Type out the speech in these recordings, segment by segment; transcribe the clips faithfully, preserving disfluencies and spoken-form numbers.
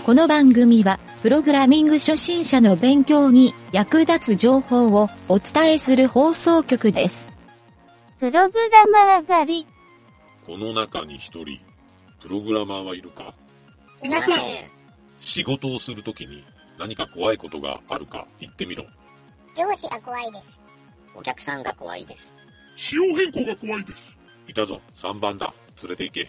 この番組は、プログラミング初心者の勉強に役立つ情報をお伝えする放送局です。 プログラマー狩り。 この中に一人、プログラマーはいるか？ いません。 仕事をするときに何か怖いことがあるか言ってみろ。 上司が怖いです。 お客さんが怖いです。 仕様変更が怖いです。いたぞ、さんばんだ。連れて行け。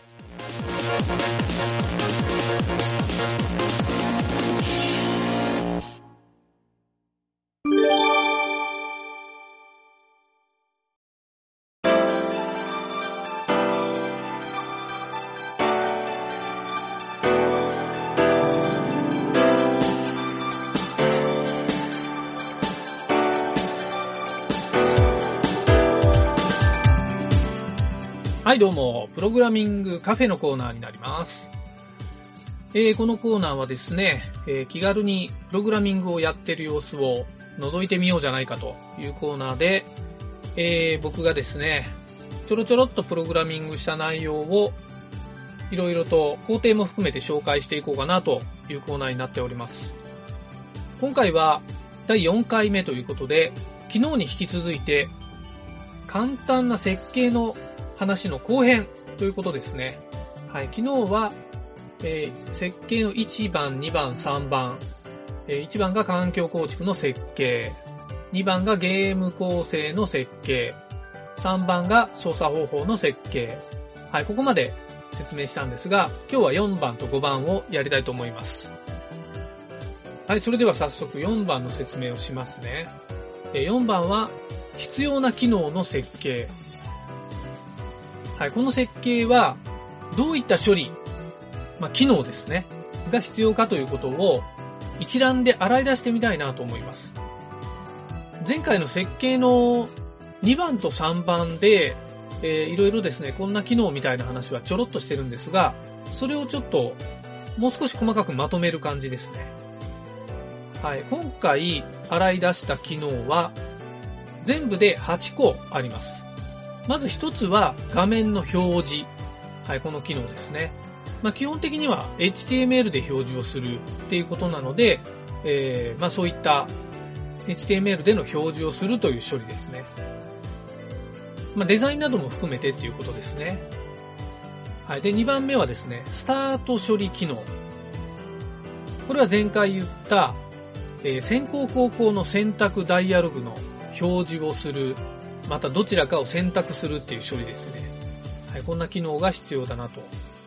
はいどうも、プログラミングカフェのコーナーになります。えー、このコーナーはですね、えー、気軽にプログラミングをやっている様子を覗いてみようじゃないかというコーナーで、えー、僕がですね、ちょろちょろっとプログラミングした内容をいろいろと工程も含めて紹介していこうかなというコーナーになっております。今回はだいよんかいめということで、昨日に引き続いて簡単な設計の話の後編ということですね。はい、昨日は、えー、設計のいちばん、にばん、さんばん、えー、いちばんが環境構築の設計、にばんがゲーム構成の設計、さんばんが操作方法の設計。はい、ここまで説明したんですが、今日はよんばんとごばんをやりたいと思います。はい、それでは早速よんばんの説明をしますね。えー、よんばんは必要な機能の設計。はい、この設計はどういった処理、まあ、機能ですね、が必要かということを一覧で洗い出してみたいなと思います。前回の設計のにばんとさんばんで、えー、いろいろですね、こんな機能みたいな話はちょろっとしてるんですが、それをちょっともう少し細かくまとめる感じですね。はい、今回洗い出した機能は全部ではちこあります。まず一つは画面の表示。はい、この機能ですね。まあ基本的には エイチティーエムエル で表示をするっていうことなので、えー、まあそういった エイチティーエムエル での表示をするという処理ですね。まあデザインなども含めてっていうことですね。はい。で、にばんめはですね、スタート処理機能。これは前回言った、えー、先行後攻の選択ダイアログの表示をする、またどちらかを選択するっていう処理ですね。はい、こんな機能が必要だなと。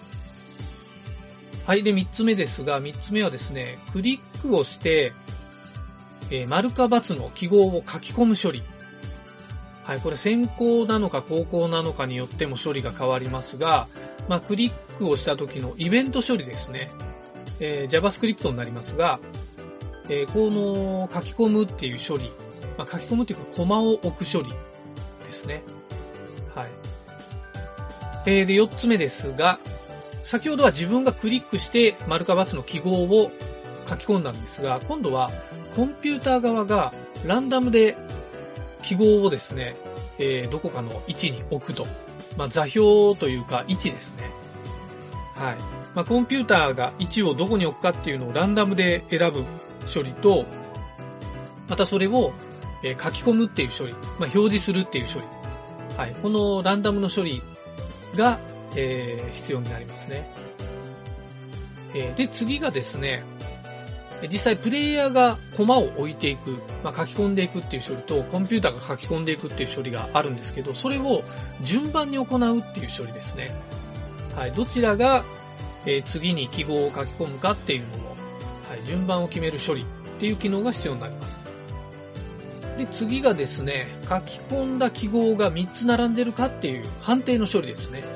はい、でみっつめですが、みっつめはですね、クリックをして、えー、丸か×の記号を書き込む処理。はい、これ先行なのか後攻なのかによっても処理が変わりますが、まあ、クリックをした時のイベント処理ですね。えー、JavaScript になりますが、えー、この書き込むっていう処理、まあ、書き込むっていうかコマを置く処理ですね。はい。えー、で、よっつめですが、先ほどは自分がクリックして丸か×の記号を書き込んだんですが、今度はコンピューター側がランダムで記号をですね、えー、どこかの位置に置くと。まあ、座標というか位置ですね。はい。まあ、コンピューターが位置をどこに置くかっていうのをランダムで選ぶ処理と、またそれをえー、書き込むっていう処理、まあ、表示するっていう処理。はい。このランダムの処理が、えー、必要になりますね。えー、で、次がですね、実際プレイヤーがコマを置いていく、まあ、書き込んでいくっていう処理と、コンピューターが書き込んでいくっていう処理があるんですけど、それを順番に行うっていう処理ですね。はい。どちらが、えー、次に記号を書き込むかっていうのを、はい。順番を決める処理っていう機能が必要になります。で、次がですね、書き込んだ記号がみっつ並んでるかっていう判定の処理ですね。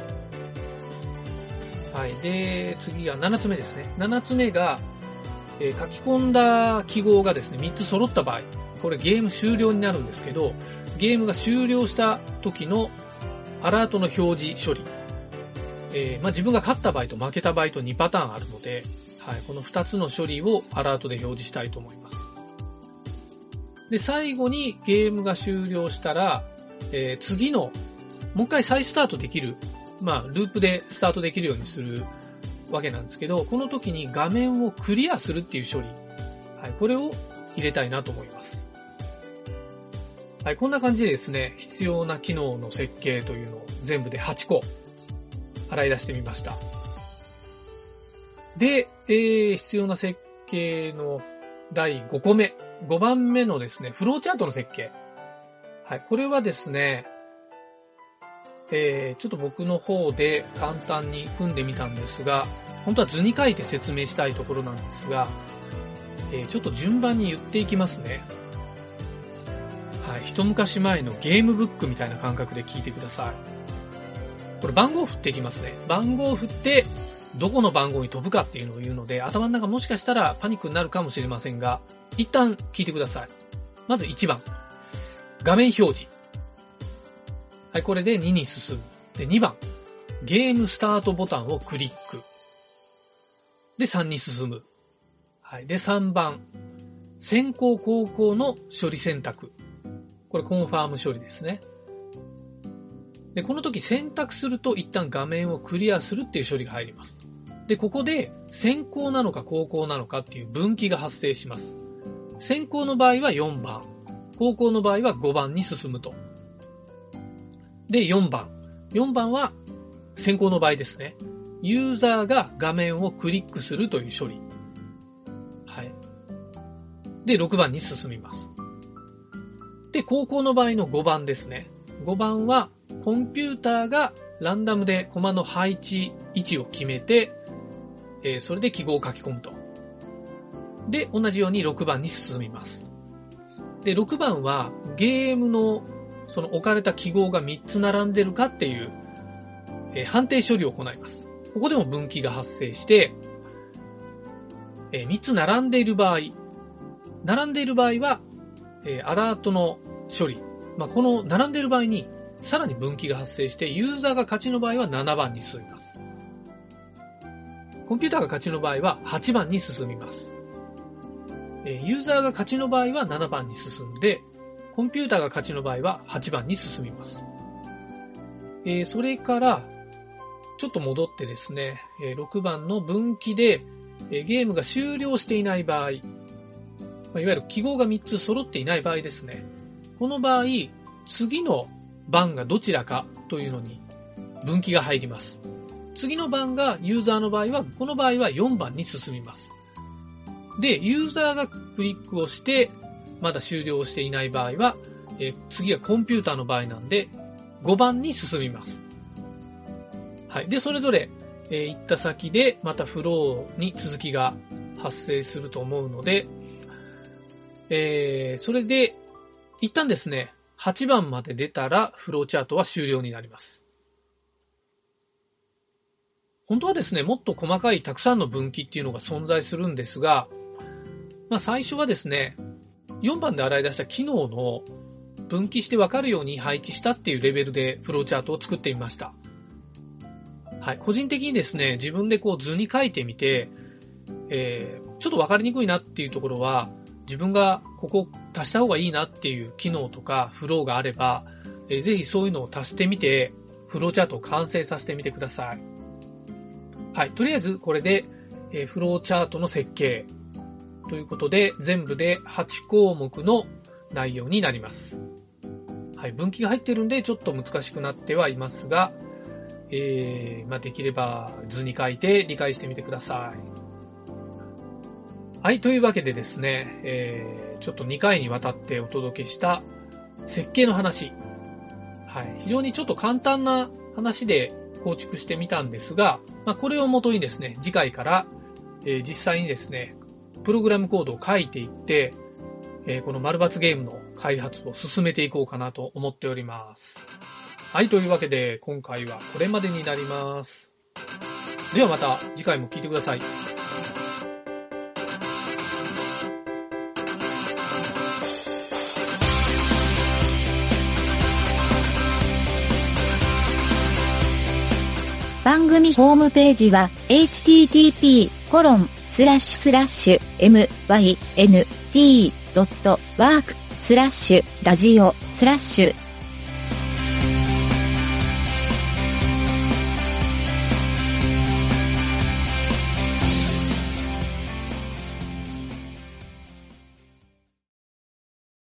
はい。で、次がななつめですね。ななつめが、えー、書き込んだ記号がですね、みっつ揃った場合、これゲーム終了になるんですけど、ゲームが終了した時のアラートの表示処理。えー、まあ、自分が勝った場合と負けた場合とにパターンあるので、はい。このふたつの処理をアラートで表示したいと思います。で、最後にゲームが終了したら、えー、次の、もう一回再スタートできる、まあ、ループでスタートできるようにするわけなんですけど、この時に画面をクリアするっていう処理。はい、これを入れたいなと思います。はい、こんな感じでですね、必要な機能の設計というのを全部ではちこ洗い出してみました。で、えー、必要な設計のだいごこめ、ごばんめのですね、フローチャートの設計。はい、これはですね、えー、ちょっと僕の方で簡単に組んでみたんですが、本当は図に書いて説明したいところなんですが、えー、ちょっと順番に言っていきますね。はい、一昔前のゲームブックみたいな感覚で聞いてください。これ番号を振っていきますね。番号を振って、どこの番号に飛ぶかっていうのを言うので、頭の中もしかしたらパニックになるかもしれませんが、一旦聞いてください。まずいちばん。画面表示。はい、これでにに進む。で、にばん。ゲームスタートボタンをクリック。で、さんに進む。はい。で、さんばん。先行後攻の処理選択。これコンファーム処理ですね。で、この時選択すると一旦画面をクリアするっていう処理が入ります。で、ここで先行なのか後攻なのかっていう分岐が発生します。先行の場合はよんばん。後攻の場合はごばんに進むと。で、よんばん。よんばんは先行の場合ですね。ユーザーが画面をクリックするという処理。はい。で、ろくばんに進みます。で、後攻の場合のごばんですね。ごばんはコンピューターがランダムでコマの配置、位置を決めて、えー、それで記号を書き込むと。で、同じようにろくばんに進みます。で、ろくばんはゲームのその置かれた記号がみっつ並んでるかっていう、えー、判定処理を行います。ここでも分岐が発生して、えー、みっつ並んでいる場合、並んでいる場合は、えー、アラートの処理。まあ、この並んでいる場合にさらに分岐が発生して、ユーザーが勝ちの場合はななばんに進みます。コンピューターが勝ちの場合ははちばんに進みます。えー、ユーザーが勝ちの場合はななばんに進んで、コンピューターが勝ちの場合ははちばんに進みます。えー、それから、ちょっと戻ってですね、えー、ろくばんの分岐で、えー、ゲームが終了していない場合、まあ、いわゆる記号がみっつ揃っていない場合ですね。この場合、次の番がどちらかというのに分岐が入ります。次の番がユーザーの場合は、この場合はよんばんに進みます。で、ユーザーがクリックをして、まだ終了していない場合は、えー、次がコンピューターの場合なんで、ごばんに進みます。はい。で、それぞれ、えー、行った先で、またフローに続きが発生すると思うので、えー、それで、一旦ですね、はちばんまで出たら、フローチャートは終了になります。本当はですね、もっと細かいたくさんの分岐っていうのが存在するんですが、まあ最初はですね、よんばんで洗い出した機能の分岐してわかるように配置したっていうレベルでフローチャートを作ってみました。はい。個人的にですね、自分でこう図に書いてみて、えー、ちょっとわかりにくいなっていうところは、自分がここ足した方がいいなっていう機能とかフローがあれば、えー、ぜひそういうのを足してみて、フローチャートを完成させてみてください。はい。とりあえずこれで、えー、フローチャートの設計ということで、全部ではちこうもくの内容になります。はい。分岐が入ってるんでちょっと難しくなってはいますが、えー、まあ、できれば図に書いて理解してみてください。はい。というわけでですね、えー、ちょっとにかいにわたってお届けした設計の話。はい。非常にちょっと簡単な話で構築してみたんですが、まあ、これをもとにですね、次回から、えー、実際にですね、プログラムコードを書いていって、えー、この丸抜ゲームの開発を進めていこうかなと思っております。はい。というわけで、今回はこれまでになります。ではまた次回も聞いてください。 番組ホームページは エイチティーティーピーコロンスラッシュスラッシュエムワイエヌティードットワークスラッシュラジオスラッシュ